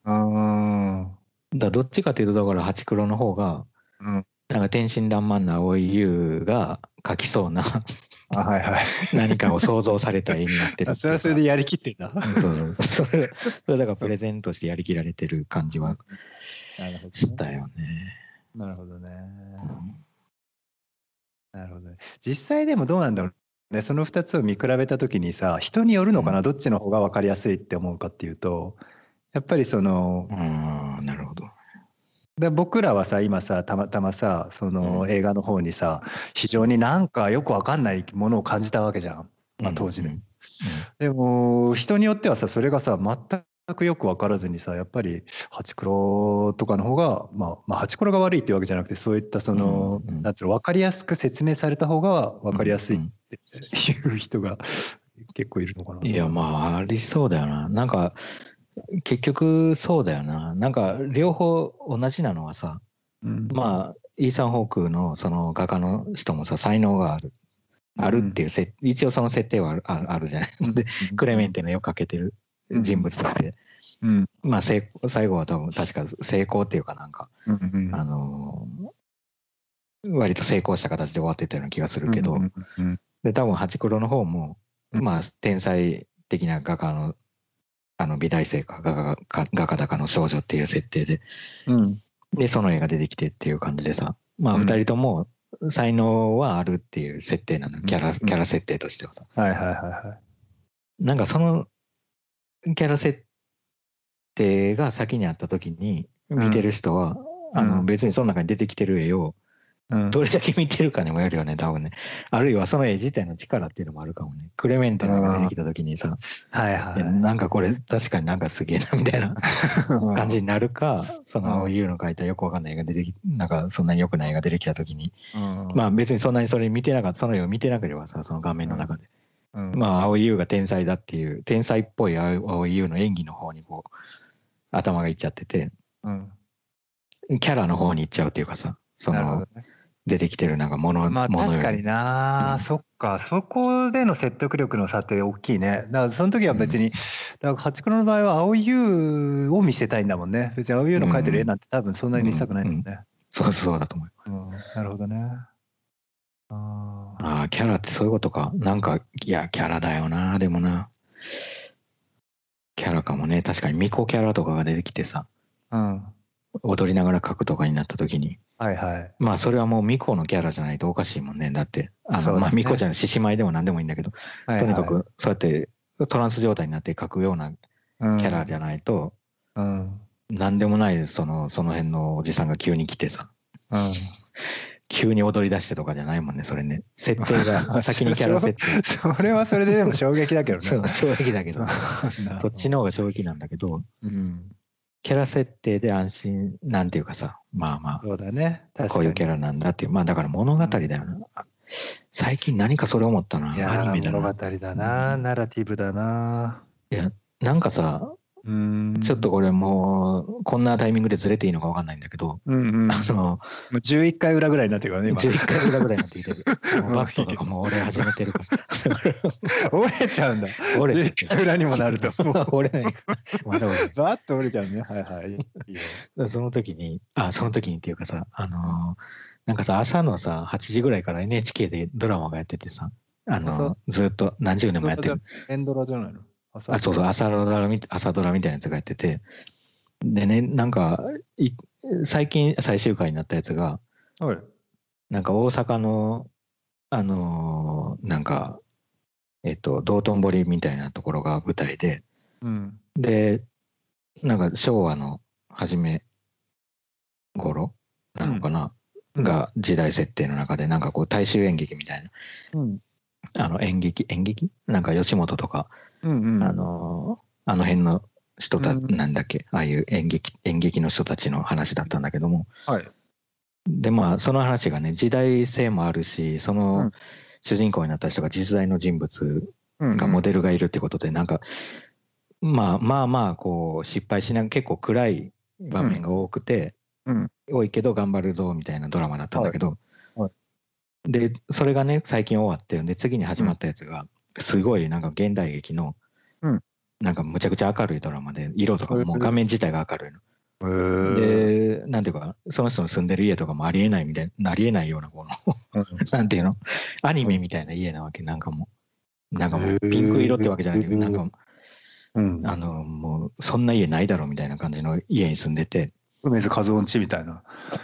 どっちかというとだからハチクロの方が、なんか天真爛漫な蒼井優が描きそうな何かを想像された絵になってるっていうか。 それはそれでやりきってんだ。 それだからプレゼントしてやりきられてる感じはしたよね。 なるほどね。なるほどね。実際でもどうなんだろうね。その2つを見比べた時にさ、人によるのかな、どっちの方が分かりやすいって思うかっていうと、やっぱりなるほど。 で僕らはさ今さたまたまさその映画の方にさ、非常になんかよく分かんないものを感じたわけじゃん、まあ、当時で。でも人によってはさそれがさ全くよく分からずにさやっぱりハチクロとかの方がまあハチクロが悪いっていうわけじゃなくて、そういったなんつうの分かりやすく説明された方が分かりやすいっていう人が結構いるのかな。 いやまあありそうだよな。なんか結局そうだよな。なんか両方同じなのはさ、まあイーサン・ホークのその画家の人もさ才能があるっていう一応その設定はあるじゃない。でクレメンテの絵を描けてる人物として、まあ最後は多分確か成功っていうかなんか、割と成功した形で終わってたような気がするけど、で多分ハチクロの方もまあ天才的な画家の美大生か画家高の少女っていう設定で、でその絵が出てきてっていう感じでさ、まあ2人とも才能はあるっていう設定なの、キャラ設定としてはさ。なんかそのキャラ設定が先にあった時に見てる人は、別にその中に出てきてる絵をどれだけ見てるかにもよるよね、多分ね。あるいはその絵自体の力っていうのもあるかもね。クレメンテの絵が出てきた時にさ、なんかこれ確かになんかすげえなみたいな感じになるか、そのユーの描いたよくわかんない絵が出てき、なんかそんなに良くない絵が出てきた時に、まあ別にそんなにそれ見てなかった、その絵を見てなければさ、その画面の中で。まあ青井優が天才だっていう、天才っぽい青井優の演技の方にこう、頭がいっちゃってて、キャラの方に行っちゃうっていうかさ、その、出てきてるなんかまあ確かにな、そっか、そこでの説得力の差って大きいね。だからその時は別に、だからハチクロの場合は青い優を見せたいんだもんね。別に青い優の描いてる絵なんて多分そんなに見せたくないんだもんね。 そうだと思う。 なるほどね。 ああ、キャラってそういうことか。なんか、いや、キャラだよな、でもな。キャラかもね。確かに、巫女キャラとかが出てきてさ、 うん。 踊りながら書くとかになった時に、 はいはい。 まあ、それはもう巫女のキャラじゃないとおかしいもんね。だって、まあ、 そうだね。 巫女じゃない、獅子舞でも何でもいいんだけど、 はいはい。 とにかく、そうやってトランス状態になって書くようなうん。 キャラじゃないと、 うん。 何でもないその辺のおじさんが急に来てさ、 うん。 急に踊り出してとかじゃないもんね、それね。設定が、先にキャラ設定。 それはそれででも衝撃だけどね。 そう、衝撃だけそうど、 な。 そっちの方が衝撃なんだけど、 うん。 キャラ設定で安心なんていうかさ、まあまあ、 そうだね。確かに。 こういうキャラなんだっていう、まあだから物語だようん。 な。最近何かそれ思ったな、アニいやー、 メだな。 物語だうな。 ん、 ナラティブだな。 いや、なんかさ、 うーん。 ちょっとこれもう、こんなタイミングでずれていいのかわかんないんだけど、 うんうん。 あの、 もう11回裏ぐらいになってるからね、今。 11回裏ぐらいになってきてる。もうバットとかもういいけど。 も折れ始めてるから。 折れちゃうんだ。11 折れてて。 回裏にもなると。も折れないか。まだ折れない。 バッと折れちゃうね。はいはい。いいよ。 その時に、その時にっていうかさ、なんかさ、朝のさ、8時ぐらいから NHK でドラマがやっててさ、 朝ずっと何十年ドラじゃ、 もやってる。 エンドラじゃないの？朝そうそう、 ドラ。 朝ドラみたいなやつがやってて、でね、なんか、最近最終回になったやつが、 はい。 なんか大阪の、なんか、道頓堀みたいなところが舞台で、 うん。 で、なんか昭和の初め頃なうん。 のかな、 うん。 が時代設定の中で、なんかこう大衆演劇みたいな、 うん。 演劇なんか吉本とか、 うんうん。 あの辺の人た、 うん。 なんだっけ、ああいう演劇の人たちの話だったんだけども、 はい。 で、まあ、その話がね、時代性もあるし、そのうん。 主人公になった人が実在の人物が、 うんうん。 モデルがいるってことで、なんか、まあ、こう、失敗しながら結構暗い場うん。 面が多くて、 うん。 多いけど頑張るぞみたいなドラマだったんだはい。 けど、 はい。 で、それがね、最近終わって、で、次に始うん。 まったやつが、すごいなんか現代劇の、 うん。 なんかむちゃくちゃ明るいドラマで、色とかももう画面自体が明るいの。 へえ。 で、なんていうか、その人の住んでる家とかもありえないみたいな、ありえないような、この、 うん。 なんていうの、アニうん。 メみたいな家なわけ、なんかもへう、ピンク色ってわけじゃないけど、なんえ。 か、 うん。 もう、そんな家ないだろうみたいな感じの家に住んでて、 梅津和夫んちみたいな。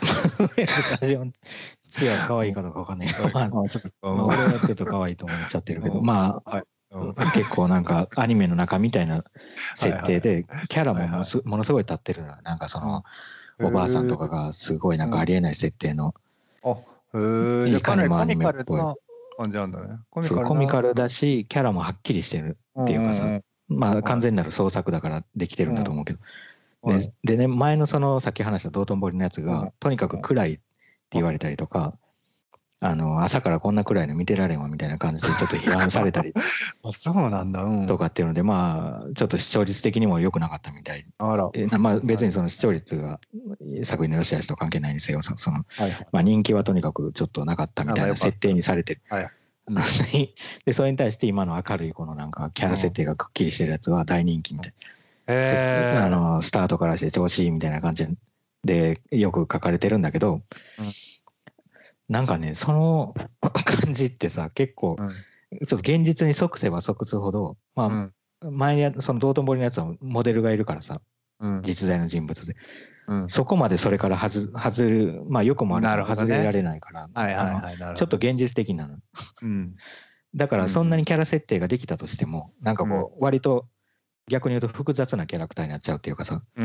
チは可愛うん。 いかどうかわかんないけど、 はい。あ、そうか。 まあ、 うん。 俺はちょっと可愛いと思っちゃってるけど、 うんまはい。うん。 あ、結構なんかアニメの中みたいなはいはい。 設定で、キャラはいはい。 ものすごい立ってるのよ。なんかそうん。 の、おばあさんへえ。 とかがすごいなんうん。 かありえない設定の、 あ、へえ。じゃあかいかにもアニなりコミメっぽい。 カルな感じなんだね。コミそう、 カルな。 コミカルだし、キャラもはっきりしてるうんっていうかさ、 うんうん。 まあ完はい。 全なる創作だからできてるうん。 んだと思うけど。 はい。 でね、前のそのさっき話した道頓堀のやつうん。 が、とにかくうん。 暗いって言われはい。 たりとか、朝からこんな暗いの見てられんわみたいな感じでちょっと批判されたりあ、そうなんだ。うん。 とかっていうので、まあ、ちょっと視聴率的にも良くなかったみたい。 あら。 まあ別残にその視聴念だ。 率が作品の良し悪しと関係ないにせよ、 はいはい。 まあ人気はとにかくちょっとなかったみあ、まあたいな設よかった。 定にされてる。 はい。うん。 で、それに対して今の明るいこのなんかキャラ設うん。 定がくっきりしてるやつは大人気みたいへな。 え。 スタートからして調子いいみたいな感じでよく書かれてるんだけど、 うん。 なんかね、その感じってさ、結構、 うん。 ちょっと現実に即せば即すほど、まうん。 あ、前にその道頓堀のやつはモデルがいるからさ、 うん。 実在の人物で。 うん。 そこまでそれから外る、まあ良くも悪くなるも外れらほどね。 れないから、 はいはいはい。なるほどね。 ちょっと現実的なの。 うん。 だからそんなにうん。 キャラ設定ができたとしても、なんかうん。 こう、割と逆に言うと複雑なキャラクターになっちゃうっていうかさ、 うん。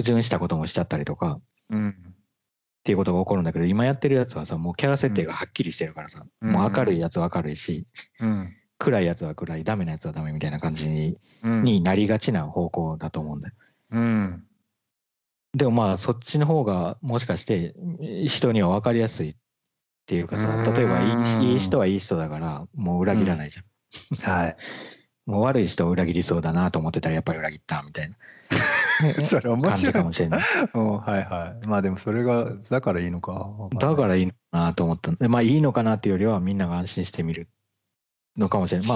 矛盾したこともしちゃったりとか、 うん。 っていうことが起こるんだけど、今やってるやつはさ、もうキャラうん。 設定がはっきりしてるからさ、 うもう明るいん。 やつは明るいし、 うん。 暗いやつは暗い、ダメなやつはダメみたいな感じにうん。 なりがちな方向だと思うんだよ。 うん。 でもまあ、そっちの方がもしかして人には分かりやすいっていううかさ、例えばいい人ん。 はいい人だからもう裏うん。 切らないじゃん。 はい。 もう悪い人を裏切りそうだなと思ってたらやっぱり裏切ったみたいなそれ面感じ白い。 かもしれない。 うん、はいはい。まあでもそれが、だからいいのかわかんないけど。 だからいいのかなと思った。まあいいのかなっていうよりはみんなが安心してみるのかもしれない。まあ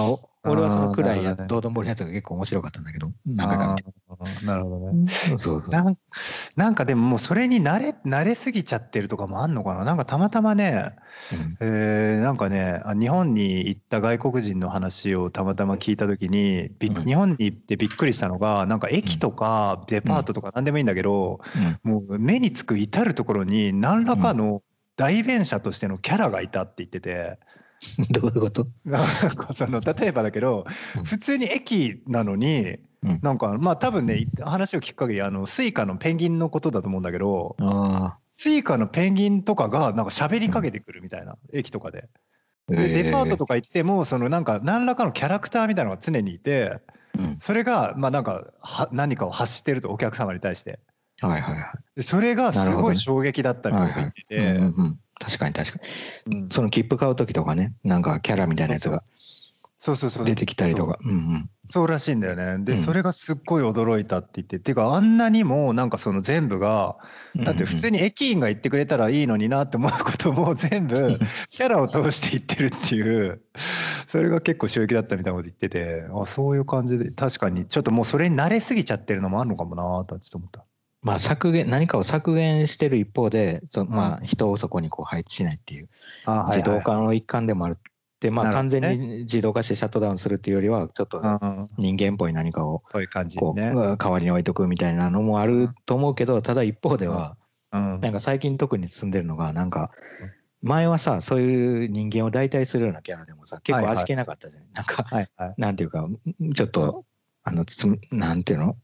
俺はその暗いなるほどね。 道頓堀のやつが結構面白かったんだけど、何回か見あて。 あ、なるほどね。 そうそう。 なんかでももうそれに慣れすぎちゃってるとかもあんのかな。なんかたまたまね、 うんなんかね、日本に行った外国人の話をたまたま聞いた時に、 うん日本に行ってびっくりしたのが、なんか駅とかデパートとか何でもいいんだけど、 うんもう目につく至るところに何らうん。 かの代弁者としてのキャラがいたって言ってて、 どういうこと？ なんか例えばだけど、 うん普通に駅なのに、 うんなんかまあ多分ね、話を聞く限りスイカのペンギンのことだと思うんだけど、 あスイカのペンギンとかがなんか喋りあ、うん。 かけてくるみたいな、駅とかで。で、デパートええとか行っても、なんか何らかのキャラクターみたいなのが常にいて、 うん。 それがまあなんか何かを発してると、お客様に対して。 はいはいはで、それがい。なるすごいほどね。 衝撃だったみたいなこと言っはいはい。 てて、 うんうんうん。確かに確かに。 うん、 その切符買うときとかね、なんかキャラみたいなそうそう。 やつがそうそうそう出てきたりとか。 そう。 うんそうらしいんだよね。で、そうん。 れがすっごい驚いたって言って、っていうか、あんなにも、なんか全部が、 うん。うんだって普通うん。 に駅員が言ってくれたらいいのになって思うことも全部、キャラを通して言ってるっていう、それが結構衝撃だったみたいなこと言ってて、あ、そういう感じで、確かに、ちょっともうそれに慣れすぎちゃってるのもあるのかもなと、ちょっと思った。 まあ何かを削減してる一方で、 うん。 まあ人をそこにこう配置しないっていうあ、はい自動はいはい。 化の一環でもあるって、まあなるほ完全どね。 に自動化してシャットダウンするっていうよりは、ちょっとうん。 人間っぽい何かをこういう感じにこうね。 代わりに置いとくみたいなのもあるうん。 と思うけど、ただ一方でうん。 は、 うん。 なんか最近特に進んでるのが、なんか前はさ、そういう人間を代替するようなキャラでもさ、結構味はいはい。 気なかったじゃない。なんか、 はいはい。 なんていうか、ちょっと、なんていうの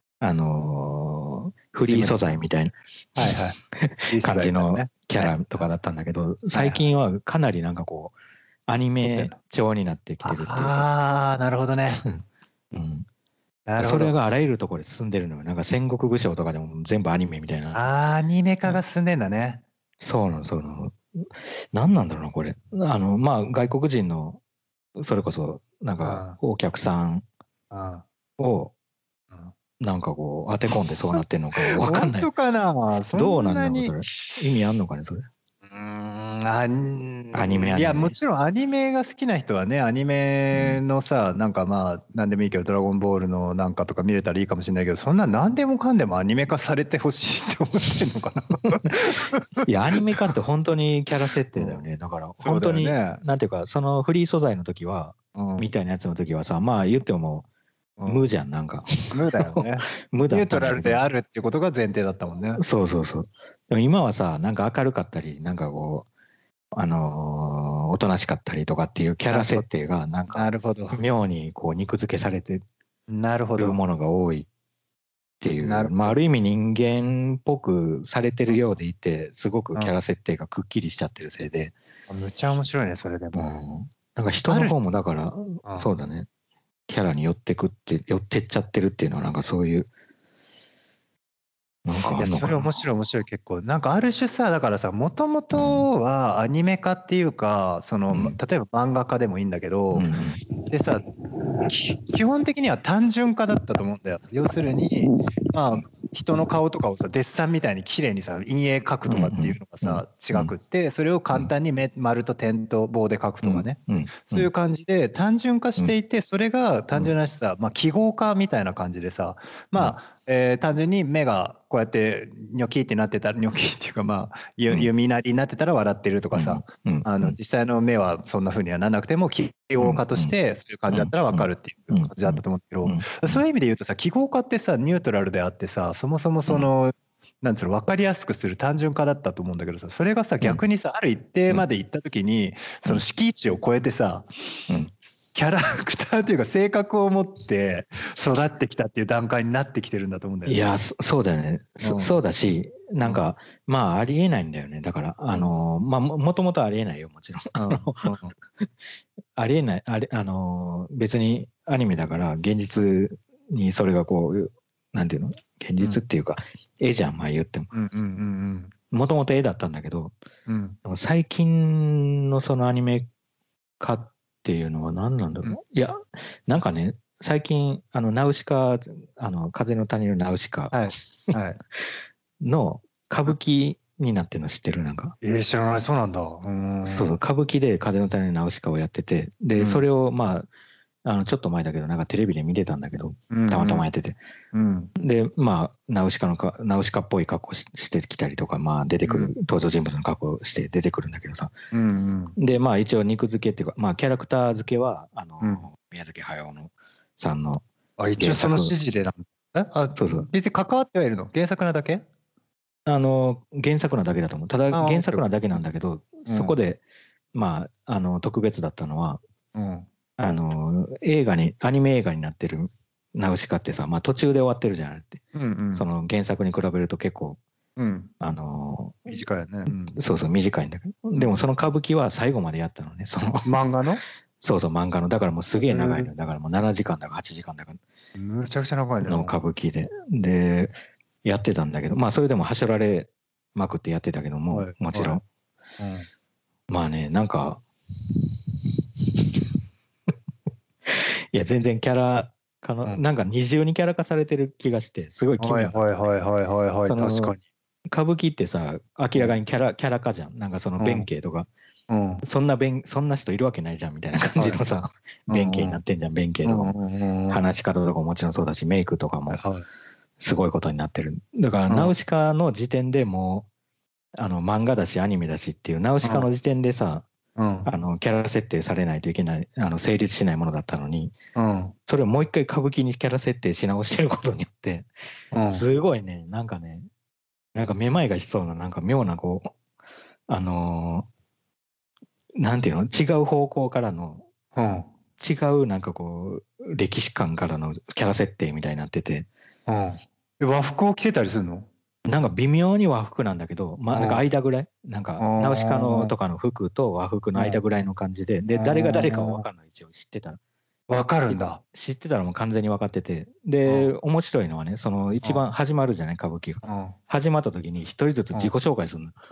フ事務的な。 リー素材みたいなはいはい。フリー素感じの材みたいなね。 キャはい。 ラとかだったんだけど、最はいはい。 近はかなりなんかこう、アニメ撮ってんの。 調になってきてるっていうか、 ああ、なるほどね。 うん。それなるほど。 があらゆるところで進んでるのよ。なんか戦国武将とかでも全部アニメみたいな。 アニメ化が進んでんだね。 そうなの、そうなの。何なんだろうな、これ。まあ、外国人の、それこそ、なんか、 うん。 お客さんうん。 を、 うん。 なんかこう、当て込んでそうなってんのかわかんない。 本当かな、そどうなんなに。 んだろう、それ。意味あんのかね、それ。 うーん、 アニメいや、もアニメ。 ちろんアニメが好きな人はね、アニメうん。 のさ、なんかまあ、なんでもいいけど、ドラゴンボールのなんかとか見れたらいいかもしれないけど、そんな何でもかんでもアニメ化されてほしいって思ってんのかな。 いや、アニメ化って本当にキャラ設うん、 定だよね。だから、 そう本当に、 だよね。 なんていうか、そのフリー素材の時は、 うん。 みたいなやつの時はさ、まあ言ってもうん。 無じゃん、なんか。 無だよね。 無だっニュートたんだけど、 ラルであるっていうことが前提だったもんね。 そうそうそう。でも今はさ、なんか明るかったり、なんかこう、おとなしかったりとかっていうキャラなるほど。 設定が、なんか、 なるほど。 妙にこう肉付けされてなるほど。 るものが多いっていう、まあ、あなるほど。 る意味人間っぽくされてるようでいて、すごくキャラうん。 設定がくっきりしちゃってるせいで、 むちゃ面白いね、それでうも。 ん、なんか人あるの方も種、 だから、 うん。 そうだね、キャラに寄ってっちゃってるっていうのは、なんかそういう、なんかいや、 あんのかな。 それ面白い面白い結構。なんかある種さ、だからさ、もともうん、 とはアニメ化っていうか、 うん、 例えば漫画家でもいいんだけど、 うん、 でさ、基本的には単純化だったと思うんだよ。要するに、まあ、人の顔とかをさ、デッサンみたいに綺麗にさ、陰影描くうん、 とかっていうのがうん、 さ、違うん、 くって、それをうん、 簡単に丸と点と棒で描くうん、 とかね。 うん、うん、 そういう感じで単純化うん、 していて、それが単純うん、 なしさ、まあ、記号化みたいな感じでさ、 うん、 まあ、単純に目がこうやってニョキってなってたら、ニョキっていうかまあ、 うん、 弓なりになってたら笑ってるとかさ、 うん、 実際の目はそんな風にはならなくても、記号化としてそういう感じだったら分かるっていう感じだったと思うんだけど、そういう意味で言うとさ、記号化ってさ、ニュートラルであってさ、そもそもなんつうの、分かりやすくする単純化だったと思うんだけどさ、それがさ、逆にさ、ある一定まで行った時に、その敷地を超えてさ、キャラクターというか性格を持って育ってきたっていう段階になってきてるんだと思うんだよね。 いや、そうだよね。 うん。 そうだし、なんうん。 か、まあ、ありえないんだよね。だから、 うん。 まあ、もともとありえないよ、もちろん。 うん。うん。 ありえない、別にアニメだから、現実にそれがこう、なんていうの現うん。 実っていうか、絵じゃん、まあ言っても。 うん。うん。 もともと絵だったんだけど、 うん。 でも最近のそのアニメ化っていうのは何なんだうん。 ろう。いや、なんかね、最近、ナウシカ、風の谷のナウシカはい。はい。 の歌うん。 舞伎になってるの知ってる？なんか。 知らない。そうなんだ。うーそう、 ん。 歌舞伎で風の谷のナウシカをやってて、で、そうん。 れをまあ、 ちょっと前だけどなんかテレビで見てたんだけど、 うんたまたまやってて、 うんでまあナウシカっぽい格好してきたりとか、まあ出てくる登場人物の格好して出てくるんだけどさ、 うんでまあ一応肉付けっていうか、まあキャラクター付けはうん宮崎駿さんのあ、一応その指示でなんそうそう別に関わってはいるの？原作なだけ？ 原作なだけだと思う。ただあ、 原作なだけなんだけど、 うんそこでまあ特別だったのは、 うんアニメ映画になってるナウシカってさ、まあ途中で終わってるじゃないって。 うんその原作に比べると結構、 うん短いよね。 そうそう短いんだけど、でもその歌舞伎は最後までやったのね。 漫画の？ そうそう漫画の、だからもうすげえ長いのよ。だからもう7時間だか8時間だかむちゃくちゃ長いね。 の歌舞伎でやってたんだけど、まあそれでもはしょられまくってやってたけども、 はいもちろん。 うんまあね、なんか、いや全然キャラなんか二重にキャラ化されてる気がして、すごい気はい分はいはいはいはいはい、 その確かに。 歌舞伎ってさ、明らかにキャラ化じゃん。なんかその弁慶とか、そんな人いるわけないじゃんみたいな感じのさ、弁慶になってんじゃん、弁慶とかも。話し方とかももちろんそうだし、メイクとかもすごいことになってる。だから、ナウシカの時点でもう、漫画だし、アニメだしっていう、ナウシカの時点でさ、キャラ設定されないといけない、成立しないものだったのに、それをもう一回歌舞伎にキャラ設定し直してることによって、すごいね、なんかめまいがしそうな、なんか妙なこう、なんていうの、違う方向からの、違うなんかこう、歴史観からのキャラ設定みたいになってて。 和服を着てたりするの？ なんか微妙に和服なんだけど、まあなんか間ぐらい、なんかナウシカのとかの服と和服の間ぐらいの感じで、誰が誰かは分かんない、一応知ってたら。 分かるんだ。 知ってたらもう完全に分かってて。で、面白いのはね、その一番始まるじゃない、歌舞伎が。始まった時に一人ずつ自己紹介するの。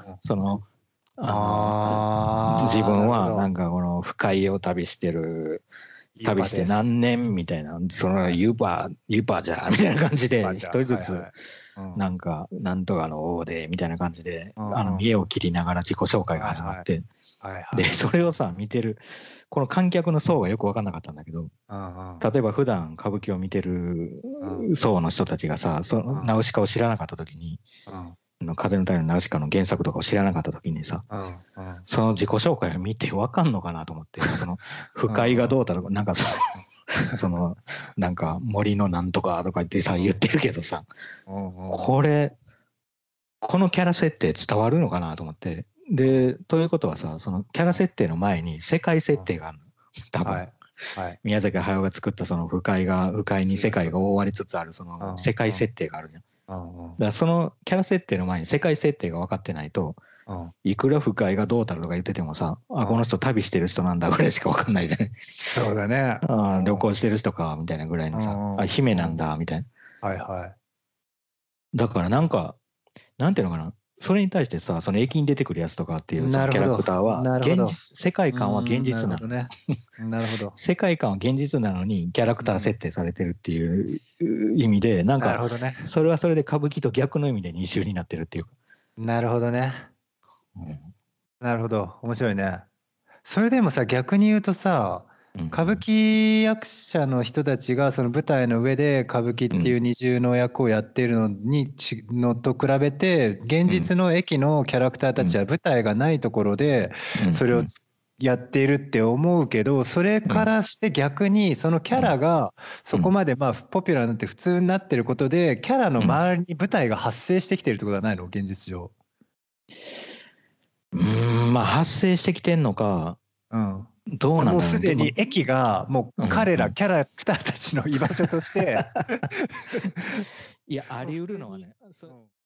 自分はなんかこの深井を旅して何年みたいな、そのユパじゃみたいな感じで、一人ずつなんかなんとかの王でみたいな感じで、見栄を切りながら自己紹介が始まって、でそれをさ見てるこの観客の層がよく分かんなかったんだけど、例えば普段歌舞伎を見てる層の人たちがさ、そのナウシカを知らなかった時に、風の谷のナウシカの原作とかを知らなかった時にさ、その自己紹介を見て分かんのかなと思って、その深井がどうだろう、なんかそのなんか森のなんとかとかってさ言ってるけどさ、このキャラ設定伝わるのかなと思って。でということはさ、そのキャラ設定の前に世界設定があるの多分、宮崎駿が作ったその深井に世界が覆われつつあるその世界設定があるじゃん。だからそのキャラ設定の前に世界設定が分かってないと、いくら深井がどうたるとか言っててもさ、この人旅してる人なんだぐらいしか分かんないじゃない。 そうだね。 旅行してる人かみたいなぐらいのさ、姫なんだみたいな。だからなんかなんていうのかな、それに対してさ、その駅に出てくるやつとかっていうそのキャラクターは世界観は現実なのね。なるほど。世界観は現実なのにキャラクター設定されてるっていう意味で、なんかそれはそれで歌舞伎と逆の意味で二重になってるっていうか。 なるほどね。なるほど、面白いね。それでもさ、逆に言うとさ、歌舞伎役者の人たちがその舞台の上で歌舞伎っていう二重の役をやっているのと比べて、現実の駅のキャラクターたちは舞台がないところでそれをやっているって思うけど、それからして逆にそのキャラがそこまでまあポピュラーになって普通になってることで、キャラの周りに舞台が発生してきてるってことはないの？現実上。 まあ発生してきてんのか、どうなんだろう。 もうすでに駅がもう彼らキャラクターたちの居場所としていやあり得るのはね。